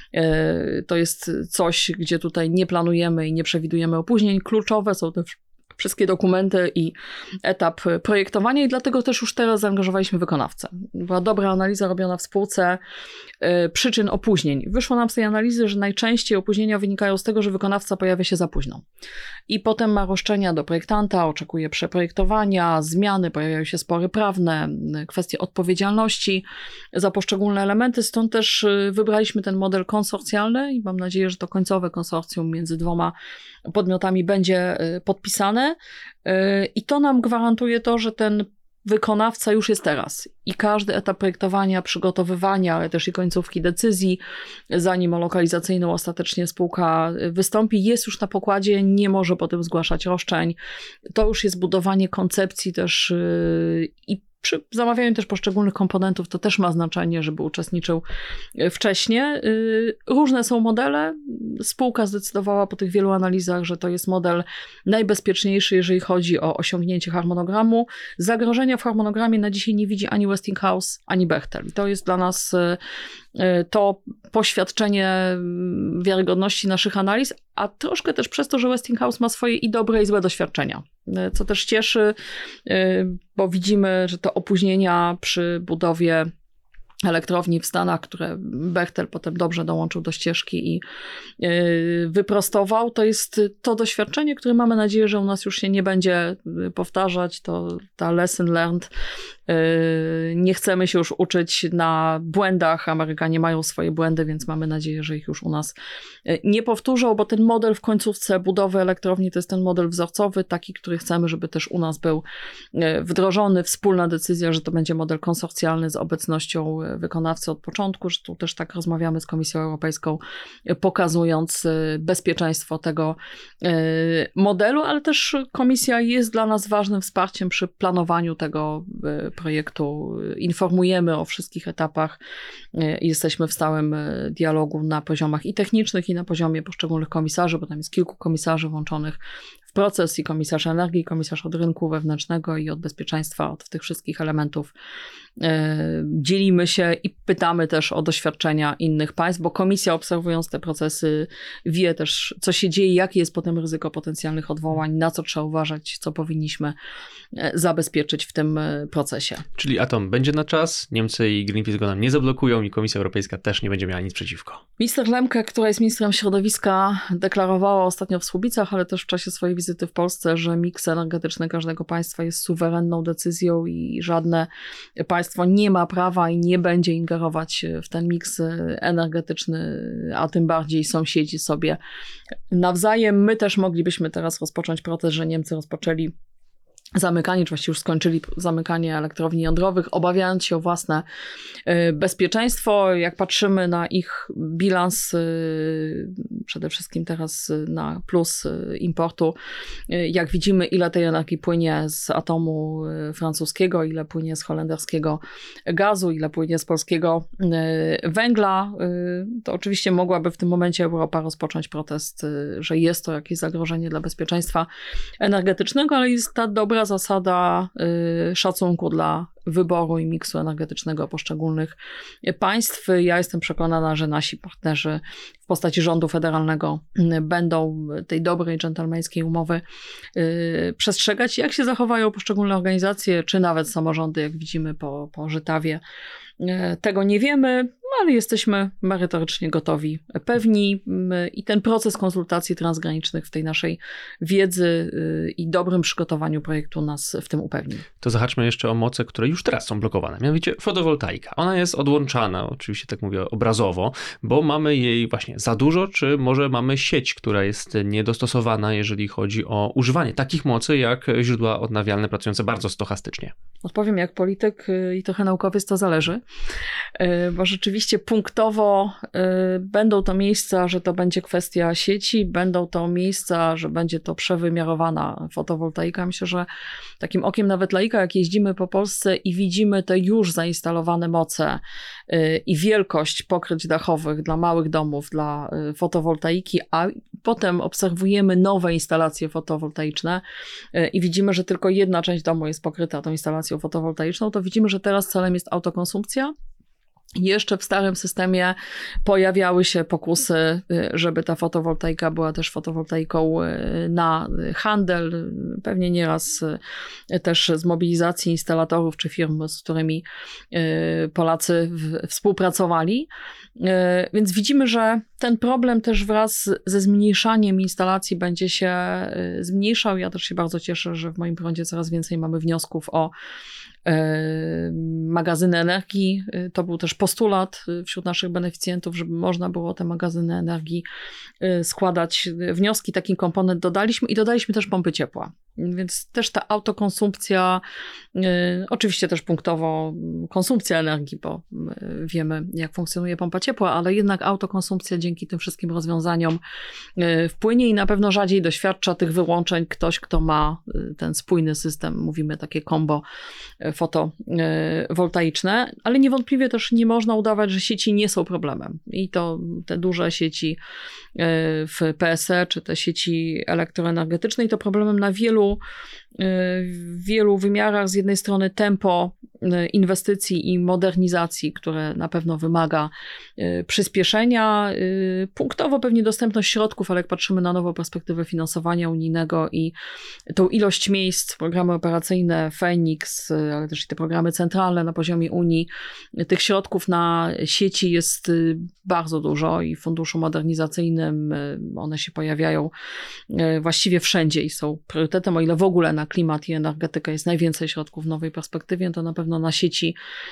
To jest coś, gdzie tutaj nie planujemy i nie przewidujemy opóźnień. Kluczowe są te wszystkie dokumenty i etap projektowania i dlatego też już teraz zaangażowaliśmy wykonawcę. Była dobra analiza robiona w spółce przyczyn opóźnień. Wyszło nam z tej analizy, że najczęściej opóźnienia wynikają z tego, że wykonawca pojawia się za późno. I potem ma roszczenia do projektanta, oczekuje przeprojektowania, zmiany, pojawiają się spory prawne, kwestie odpowiedzialności za poszczególne elementy. Stąd też wybraliśmy ten model konsorcjalny i mam nadzieję, że to końcowe konsorcjum między 2 podmiotami będzie podpisane i to nam gwarantuje to, że ten wykonawca już jest teraz i każdy etap projektowania, przygotowywania, ale też i końcówki decyzji, zanim o lokalizacyjną ostatecznie spółka wystąpi, jest już na pokładzie, nie może potem zgłaszać roszczeń. To już jest budowanie koncepcji też i przy zamawianiu też poszczególnych komponentów to też ma znaczenie, żeby uczestniczył wcześniej. Różne są modele. Spółka zdecydowała po tych wielu analizach, że to jest model najbezpieczniejszy, jeżeli chodzi o osiągnięcie harmonogramu. Zagrożenia w harmonogramie na dzisiaj nie widzi ani Westinghouse, ani Bechtel. I to jest dla nas to poświadczenie wiarygodności naszych analiz, a troszkę też przez to, że Westinghouse ma swoje i dobre, i złe doświadczenia. Co też cieszy, bo widzimy, że te opóźnienia przy budowie elektrowni w Stanach, które Bechtel potem dobrze dołączył do ścieżki i wyprostował, to jest to doświadczenie, które mamy nadzieję, że u nas już się nie będzie powtarzać, to ta lesson learned. Nie chcemy się już uczyć na błędach, Amerykanie mają swoje błędy, więc mamy nadzieję, że ich już u nas nie powtórzą, bo ten model w końcówce budowy elektrowni to jest ten model wzorcowy, taki, który chcemy, żeby też u nas był wdrożony, wspólna decyzja, że to będzie model konsorcjalny z obecnością wykonawcy od początku, że tu też tak rozmawiamy z Komisją Europejską, pokazując bezpieczeństwo tego modelu, ale też Komisja jest dla nas ważnym wsparciem przy planowaniu tego projektu. Informujemy o wszystkich etapach. Jesteśmy w stałym dialogu na poziomach i technicznych, i na poziomie poszczególnych komisarzy, bo tam jest kilku komisarzy włączonych w proces, i komisarz energii, i komisarz od rynku wewnętrznego i od bezpieczeństwa, od tych wszystkich elementów. Dzielimy się i pytamy też o doświadczenia innych państw, bo komisja, obserwując te procesy, wie też, co się dzieje, jakie jest potem ryzyko potencjalnych odwołań, na co trzeba uważać, co powinniśmy zabezpieczyć w tym procesie. Czyli atom będzie na czas, Niemcy i Greenpeace go nam nie zablokują i Komisja Europejska też nie będzie miała nic przeciwko. Minister Lemke, która jest ministrem środowiska, deklarowała ostatnio w Słubicach, ale też w czasie swojej wizyty w Polsce, że miks energetyczny każdego państwa jest suwerenną decyzją i żadne państwo nie ma prawa i nie będzie ingerować w ten miks energetyczny, a tym bardziej sąsiedzi sobie nawzajem. My też moglibyśmy teraz rozpocząć proces, że Niemcy rozpoczęli zamykanie, czy właściwie już skończyli zamykanie elektrowni jądrowych, obawiając się o własne bezpieczeństwo. Jak patrzymy na ich bilans, przede wszystkim teraz na plus importu, jak widzimy, ile tej energii płynie z atomu francuskiego, ile płynie z holenderskiego gazu, ile płynie z polskiego węgla, to oczywiście mogłaby w tym momencie Europa rozpocząć protest, że jest to jakieś zagrożenie dla bezpieczeństwa energetycznego, ale jest ta dobra zasada szacunku dla wyboru i miksu energetycznego poszczególnych państw. Ja jestem przekonana, że nasi partnerzy w postaci rządu federalnego będą tej dobrej, dżentelmeńskiej umowy przestrzegać. Jak się zachowają poszczególne organizacje, czy nawet samorządy, jak widzimy po Żytawie, tego nie wiemy, ale jesteśmy merytorycznie gotowi, pewni i ten proces konsultacji transgranicznych w tej naszej wiedzy i dobrym przygotowaniu projektu nas w tym upewni. To zahaczmy jeszcze o moce, które już teraz są blokowane, mianowicie fotowoltaika. Ona jest odłączana, oczywiście tak mówię obrazowo, bo mamy jej właśnie za dużo, czy może mamy sieć, która jest niedostosowana, jeżeli chodzi o używanie takich mocy jak źródła odnawialne pracujące bardzo stochastycznie. Odpowiem jak polityk i trochę naukowiec, to zależy, bo rzeczywiście punktowo będą to miejsca, że to będzie kwestia sieci, będą to miejsca, że będzie to przewymiarowana fotowoltaika. Myślę, że takim okiem nawet laika, jak jeździmy po Polsce i widzimy te już zainstalowane moce i wielkość pokryć dachowych dla małych domów, dla fotowoltaiki, a potem obserwujemy nowe instalacje fotowoltaiczne i widzimy, że tylko jedna część domu jest pokryta tą instalacją fotowoltaiczną, to widzimy, że teraz celem jest autokonsumpcja. Jeszcze w starym systemie pojawiały się pokusy, żeby ta fotowoltaika była też fotowoltaiką na handel, pewnie nieraz też z mobilizacji instalatorów czy firm, z którymi Polacy współpracowali. Więc widzimy, że ten problem też wraz ze zmniejszaniem instalacji będzie się zmniejszał. Ja też się bardzo cieszę, że w moim prądzie coraz więcej mamy wniosków o magazyny energii. To był też postulat wśród naszych beneficjentów, żeby można było te magazyny energii składać wnioski. Taki komponent dodaliśmy i dodaliśmy też pompy ciepła. Więc też ta autokonsumpcja, oczywiście też punktowo konsumpcja energii, bo wiemy, jak funkcjonuje pompa ciepła, ale jednak autokonsumpcja dzięki tym wszystkim rozwiązaniom wpłynie i na pewno rzadziej doświadcza tych wyłączeń ktoś, kto ma ten spójny system, mówimy takie combo fotowoltaiczne, ale niewątpliwie też nie można udawać, że sieci nie są problemem. I to te duże sieci w PSE, czy te sieci elektroenergetyczne, i to problemem na wielu wymiarach. Z jednej strony tempo inwestycji i modernizacji, które na pewno wymaga przyspieszenia. Punktowo pewnie dostępność środków, ale jak patrzymy na nową perspektywę finansowania unijnego i tą ilość miejsc, programy operacyjne Feniks, ale też i te programy centralne na poziomie Unii, tych środków na sieci jest bardzo dużo i w funduszu modernizacyjnym one się pojawiają właściwie wszędzie i są priorytetem, o ile w ogóle na klimat i energetykę jest najwięcej środków w nowej perspektywie, to na pewno na sieci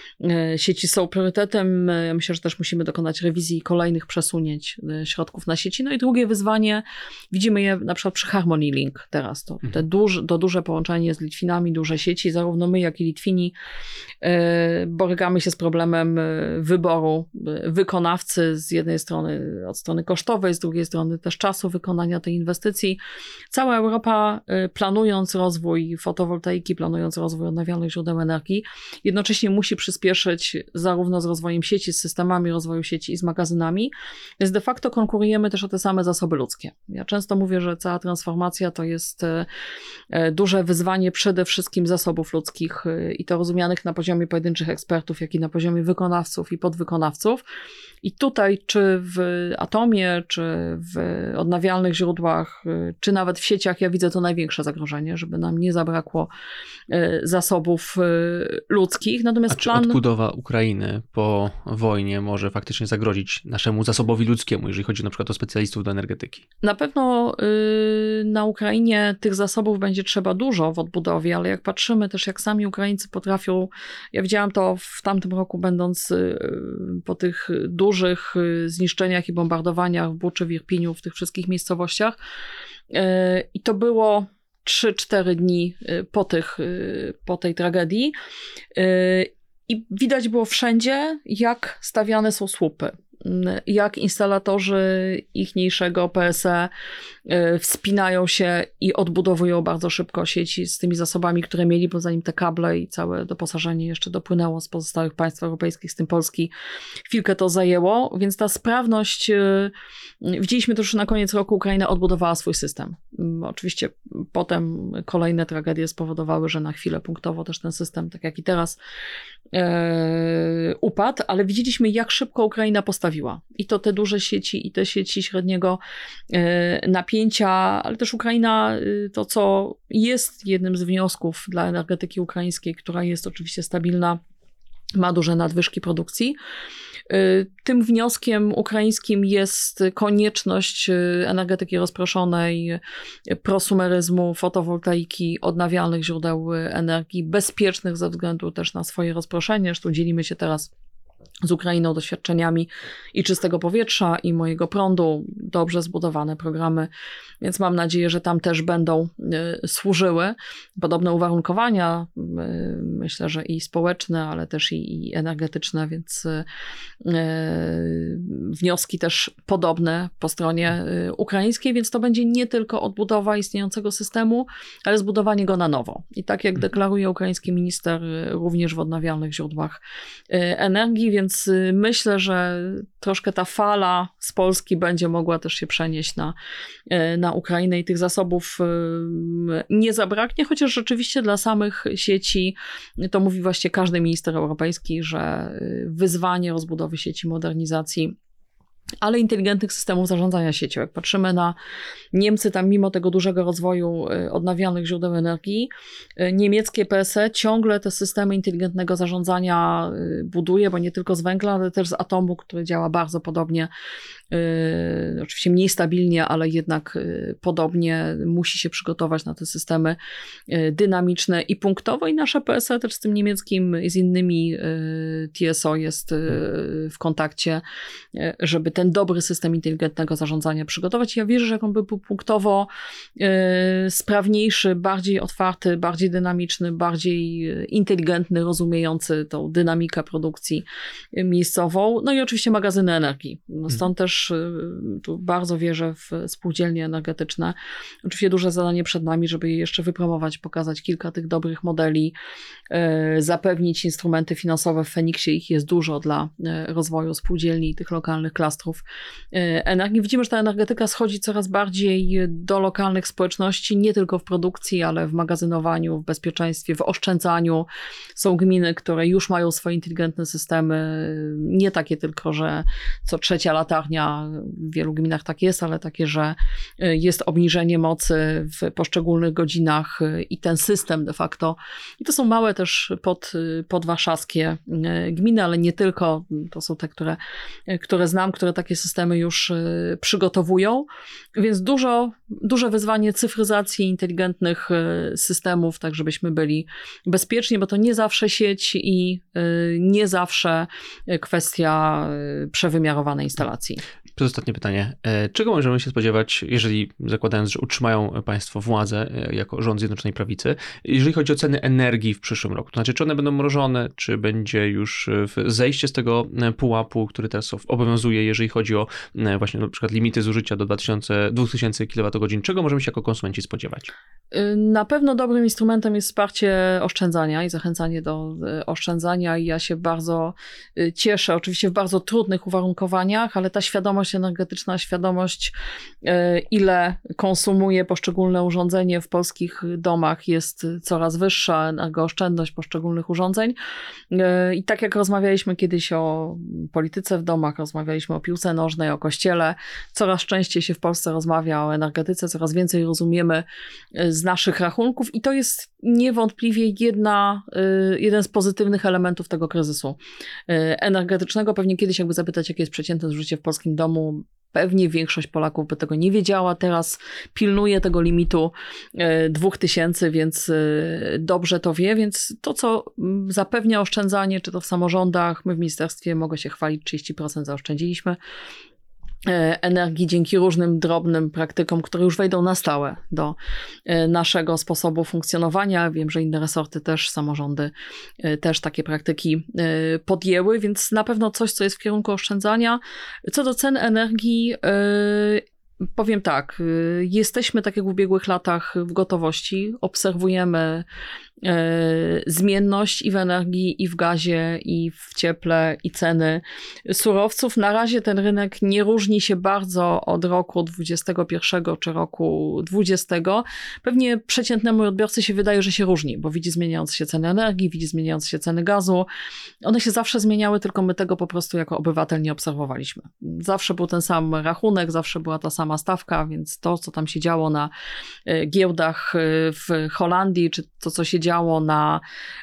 są priorytetem. Ja myślę, że też musimy dokonać rewizji kolejnych przesunięć środków na sieci. No i drugie wyzwanie, widzimy je na przykład przy Harmony Link teraz, to duże połączenie z Litwinami, duże sieci, zarówno my, jak i Litwini borykamy się z problemem wyboru wykonawcy z jednej strony od strony kosztowej, z drugiej strony też czasu wykonania tej inwestycji. Cała Europa, planując rozwój fotowoltaiki, planując rozwój odnawialnych źródeł energii, jednocześnie musi przyspieszyć zarówno z rozwojem sieci, z systemami rozwoju sieci i z magazynami, więc de facto konkurujemy też o te same zasoby ludzkie. Ja często mówię, że cała transformacja to jest duże wyzwanie przede wszystkim zasobów ludzkich i to rozumianych na poziomie pojedynczych ekspertów, jak i na poziomie wykonawców i podwykonawców. I tutaj, czy w atomie, czy w odnawialnych źródłach, czy nawet w sieciach, ja widzę to największe zagrożenie, żeby nam nie zabrakło zasobów ludzkich. Natomiast A czy odbudowa Ukrainy po wojnie może faktycznie zagrozić naszemu zasobowi ludzkiemu, jeżeli chodzi na przykład o specjalistów do energetyki? Na pewno na Ukrainie tych zasobów będzie trzeba dużo w odbudowie, ale jak patrzymy też, jak sami Ukraińcy potrafią, ja widziałam to w tamtym roku, będąc po tych dużych zniszczeniach i bombardowaniach w Buczy, w Irpiniu, w tych wszystkich miejscowościach, i to było 3-4 dni po tej tragedii i widać było wszędzie, jak stawiane są słupy, jak instalatorzy ichniejszego PSE wspinają się i odbudowują bardzo szybko sieci z tymi zasobami, które mieli, bo zanim te kable i całe doposażenie jeszcze dopłynęło z pozostałych państw europejskich, z tym Polski, chwilkę to zajęło, więc ta sprawność, widzieliśmy też, że na koniec roku Ukraina odbudowała swój system. Oczywiście potem kolejne tragedie spowodowały, że na chwilę punktowo też ten system, tak jak i teraz, upadł, ale widzieliśmy, jak szybko Ukraina postawiła. I to te duże sieci, i te sieci średniego napięcia, ale też Ukraina, to co jest jednym z wniosków dla energetyki ukraińskiej, która jest oczywiście stabilna, ma duże nadwyżki produkcji. Tym wnioskiem ukraińskim jest konieczność energetyki rozproszonej, prosumeryzmu, fotowoltaiki, odnawialnych źródeł energii, bezpiecznych ze względu też na swoje rozproszenie. Zresztą dzielimy się teraz z Ukrainą doświadczeniami i czystego powietrza, i mojego prądu, dobrze zbudowane programy, więc mam nadzieję, że tam też będą służyły podobne uwarunkowania, myślę, że i społeczne, ale też i energetyczne, więc wnioski też podobne po stronie ukraińskiej, więc to będzie nie tylko odbudowa istniejącego systemu, ale zbudowanie go na nowo. I tak jak deklaruje ukraiński minister, również w odnawialnych źródłach energii, więc myślę, że troszkę ta fala z Polski będzie mogła też się przenieść na Ukrainę i tych zasobów nie zabraknie, chociaż rzeczywiście dla samych sieci, to mówi właśnie każdy minister europejski, że wyzwanie rozbudowy sieci, modernizacji, ale inteligentnych systemów zarządzania siecią. Jak patrzymy na Niemcy, tam mimo tego dużego rozwoju odnawialnych źródeł energii, niemieckie PSE ciągle te systemy inteligentnego zarządzania buduje, bo nie tylko z węgla, ale też z atomu, który działa bardzo podobnie, oczywiście mniej stabilnie, ale jednak podobnie musi się przygotować na te systemy dynamiczne i punktowo, i nasze PSE też z tym niemieckim i z innymi TSO jest w kontakcie, żeby te ten dobry system inteligentnego zarządzania przygotować. Ja wierzę, że jak on by był punktowo sprawniejszy, bardziej otwarty, bardziej dynamiczny, bardziej inteligentny, rozumiejący tą dynamikę produkcji miejscową. No i oczywiście magazyny energii. Stąd też tu bardzo wierzę w spółdzielnie energetyczne. Oczywiście duże zadanie przed nami, żeby je jeszcze wypromować, pokazać kilka tych dobrych modeli, zapewnić instrumenty finansowe. W Feniksie ich jest dużo dla rozwoju spółdzielni i tych lokalnych klastrów energii. Widzimy, że ta energetyka schodzi coraz bardziej do lokalnych społeczności, nie tylko w produkcji, ale w magazynowaniu, w bezpieczeństwie, w oszczędzaniu. Są gminy, które już mają swoje inteligentne systemy, nie takie tylko, że co trzecia latarnia, w wielu gminach tak jest, ale takie, że jest obniżenie mocy w poszczególnych godzinach i ten system de facto. I to są małe też podwarszawskie gminy, ale nie tylko. To są te, które znam, które takie systemy już przygotowują. Więc duże wyzwanie cyfryzacji inteligentnych systemów, tak żebyśmy byli bezpieczni, bo to nie zawsze sieć i nie zawsze kwestia przewymiarowanej instalacji. Przedostatnie pytanie. Czego możemy się spodziewać, jeżeli zakładając, że utrzymają państwo władzę jako rząd Zjednoczonej Prawicy, jeżeli chodzi o ceny energii w przyszłym roku? To znaczy, czy one będą mrożone, czy będzie już zejście z tego pułapu, który teraz obowiązuje, jeżeli chodzi o właśnie na przykład limity zużycia do 2000 kWh? Czego możemy się jako konsumenci spodziewać? Na pewno dobrym instrumentem jest wsparcie oszczędzania i zachęcanie do oszczędzania i ja się bardzo cieszę, oczywiście w bardzo trudnych uwarunkowaniach, ale ta świadomość energetyczna, świadomość ile konsumuje poszczególne urządzenie w polskich domach jest coraz wyższa, energooszczędność poszczególnych urządzeń i tak jak rozmawialiśmy kiedyś o polityce w domach, rozmawialiśmy o piłce nożnej, o kościele, coraz częściej się w Polsce rozmawia o energetyce, coraz więcej rozumiemy z naszych rachunków i to jest niewątpliwie jeden z pozytywnych elementów tego kryzysu energetycznego. Pewnie kiedyś jakby zapytać, jakie jest przeciętne zużycie w polskim domu, pewnie większość Polaków by tego nie wiedziała. Teraz pilnuje tego limitu 2000, więc dobrze to wie. Więc to, co zapewnia oszczędzanie, czy to w samorządach, my w ministerstwie mogę się chwalić, 30% zaoszczędziliśmy energii dzięki różnym drobnym praktykom, które już wejdą na stałe do naszego sposobu funkcjonowania. Wiem, że inne resorty też, samorządy też takie praktyki podjęły, więc na pewno coś, co jest w kierunku oszczędzania. Co do cen energii, powiem tak, jesteśmy tak jak w ubiegłych latach w gotowości, obserwujemy zmienność i w energii, i w gazie, i w cieple, i ceny surowców. Na razie ten rynek nie różni się bardzo od roku 2021 czy roku 2020. Pewnie przeciętnemu odbiorcy się wydaje, że się różni, bo widzi zmieniające się ceny energii, widzi zmieniające się ceny gazu. One się zawsze zmieniały, tylko my tego po prostu jako obywatel nie obserwowaliśmy. Zawsze był ten sam rachunek, zawsze była ta sama stawka, więc to, co tam się działo na giełdach w Holandii, czy to, co się działo na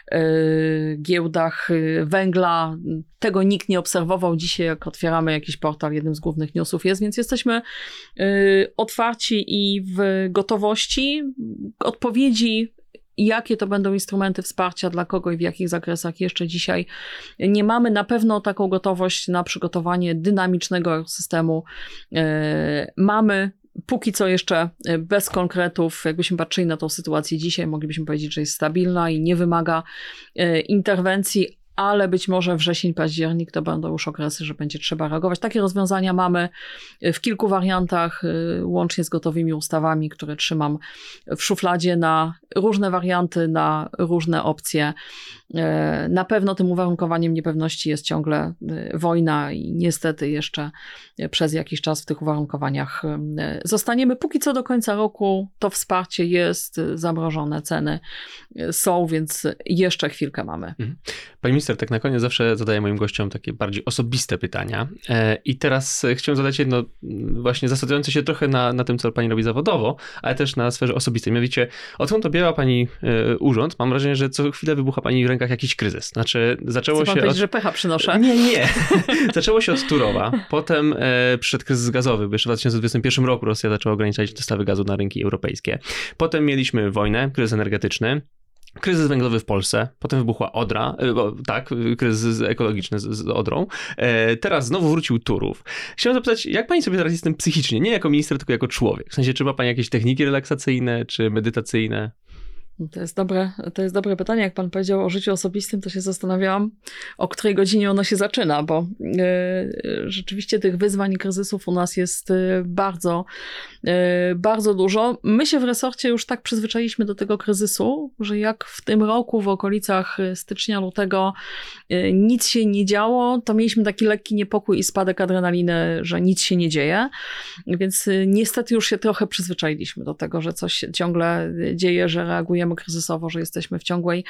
giełdach węgla, tego nikt nie obserwował. Dzisiaj, jak otwieramy jakiś portal, jednym z głównych newsów jest, więc jesteśmy otwarci i w gotowości odpowiedzi, jakie to będą instrumenty wsparcia dla kogo i w jakich zakresach jeszcze dzisiaj nie mamy. Na pewno taką gotowość na przygotowanie dynamicznego systemu mamy. Póki co jeszcze bez konkretów, jakbyśmy patrzyli na tą sytuację dzisiaj, moglibyśmy powiedzieć, że jest stabilna i nie wymaga interwencji, ale być może wrzesień, październik to będą już okresy, że będzie trzeba reagować. Takie rozwiązania mamy w kilku wariantach, łącznie z gotowymi ustawami, które trzymam w szufladzie na różne warianty, na różne opcje. Na pewno tym uwarunkowaniem niepewności jest ciągle wojna i niestety jeszcze przez jakiś czas w tych uwarunkowaniach zostaniemy. Póki co do końca roku to wsparcie jest, zamrożone ceny są, więc jeszcze chwilkę mamy. Pani minister, tak na koniec zawsze zadaję moim gościom takie bardziej osobiste pytania i teraz chciałem zadać jedno właśnie zasadzujące się trochę na tym, co pani robi zawodowo, ale też na sferze osobistej. Mianowicie, odkąd objęła pani urząd, mam wrażenie, że co chwilę wybucha pani w rękach jakiś kryzys. Znaczy, zaczęło Chce pan się powiedzieć, że pecha przynoszę? Nie. Zaczęło się od Turowa, potem przyszedł kryzys gazowy, bo jeszcze w 2021 roku Rosja zaczęła ograniczać dostawy gazu na rynki europejskie. Potem mieliśmy wojnę, kryzys energetyczny. kryzys węglowy w Polsce, potem wybuchła Odra, kryzys ekologiczny z Odrą. Teraz znowu wrócił Turów. Chciałem zapytać, jak pani sobie radzi z tym psychicznie? Nie jako minister, tylko jako człowiek. W sensie, czy ma pani jakieś techniki relaksacyjne, czy medytacyjne? To jest dobre pytanie. Jak pan powiedział o życiu osobistym, to się zastanawiałam, o której godzinie ono się zaczyna, bo rzeczywiście tych wyzwań i kryzysów u nas jest bardzo dużo. My się w resorcie już tak przyzwyczailiśmy do tego kryzysu, że jak w tym roku w okolicach stycznia, lutego nic się nie działo, to mieliśmy taki lekki niepokój i spadek adrenaliny, że nic się nie dzieje. Więc niestety już się trochę przyzwyczailiśmy do tego, że coś się ciągle dzieje, że reagujemy kryzysowo, że jesteśmy w ciągłej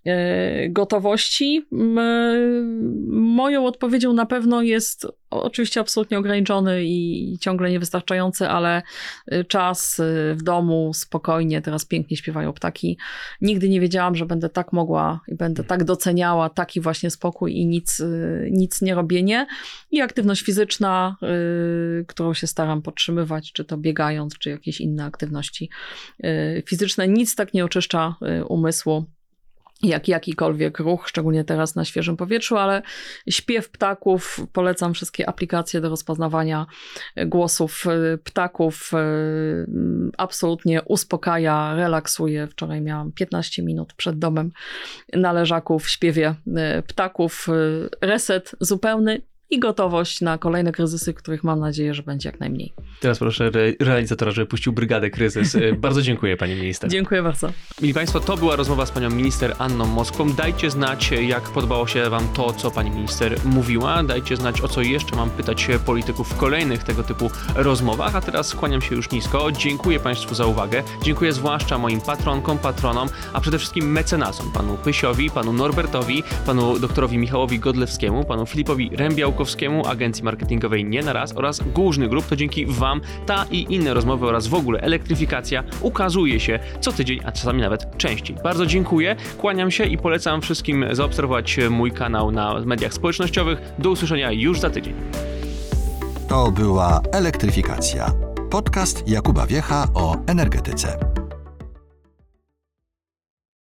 gotowości. Moją odpowiedzią na pewno jest oczywiście absolutnie ograniczony i ciągle niewystarczający, ale czas w domu, spokojnie, teraz pięknie śpiewają ptaki. Nigdy nie wiedziałam, że będę tak mogła i będę tak doceniała taki właśnie spokój i nic nie robienie. I aktywność fizyczna, którą się staram podtrzymywać, czy to biegając, czy jakieś inne aktywności fizyczne. Nic tak nie oczyszcza umysłu jak jakikolwiek ruch, szczególnie teraz na świeżym powietrzu, ale śpiew ptaków, polecam wszystkie aplikacje do rozpoznawania głosów ptaków, absolutnie uspokaja, relaksuje. Wczoraj miałam 15 minut przed domem na leżaku w śpiewie ptaków, reset zupełny i gotowość na kolejne kryzysy, których mam nadzieję, że będzie jak najmniej. Teraz proszę realizatora, żeby puścił brygadę kryzys. Bardzo dziękuję, pani minister. Dziękuję bardzo. Mili państwo, to była rozmowa z panią minister Anną Moskwą. Dajcie znać, jak podobało się wam to, co pani minister mówiła. Dajcie znać, o co jeszcze mam pytać polityków w kolejnych tego typu rozmowach. A teraz skłaniam się już nisko. Dziękuję państwu za uwagę. Dziękuję zwłaszcza moim patronkom, patronom, a przede wszystkim mecenasom. Panu Pysiowi, panu Norbertowi, panu doktorowi Michałowi Godlewskiemu, panu Filipowi Rębiałkowskiemu, agencji marketingowej Nie na Raz oraz Głużny Group. To dzięki wam ta i inne rozmowy oraz w ogóle elektryfikacja ukazuje się co tydzień, a czasami nawet częściej. Bardzo dziękuję, kłaniam się i polecam wszystkim zaobserwować mój kanał na mediach społecznościowych. Do usłyszenia już za tydzień. To była Elektryfikacja. Podcast Jakuba Wiecha o energetyce.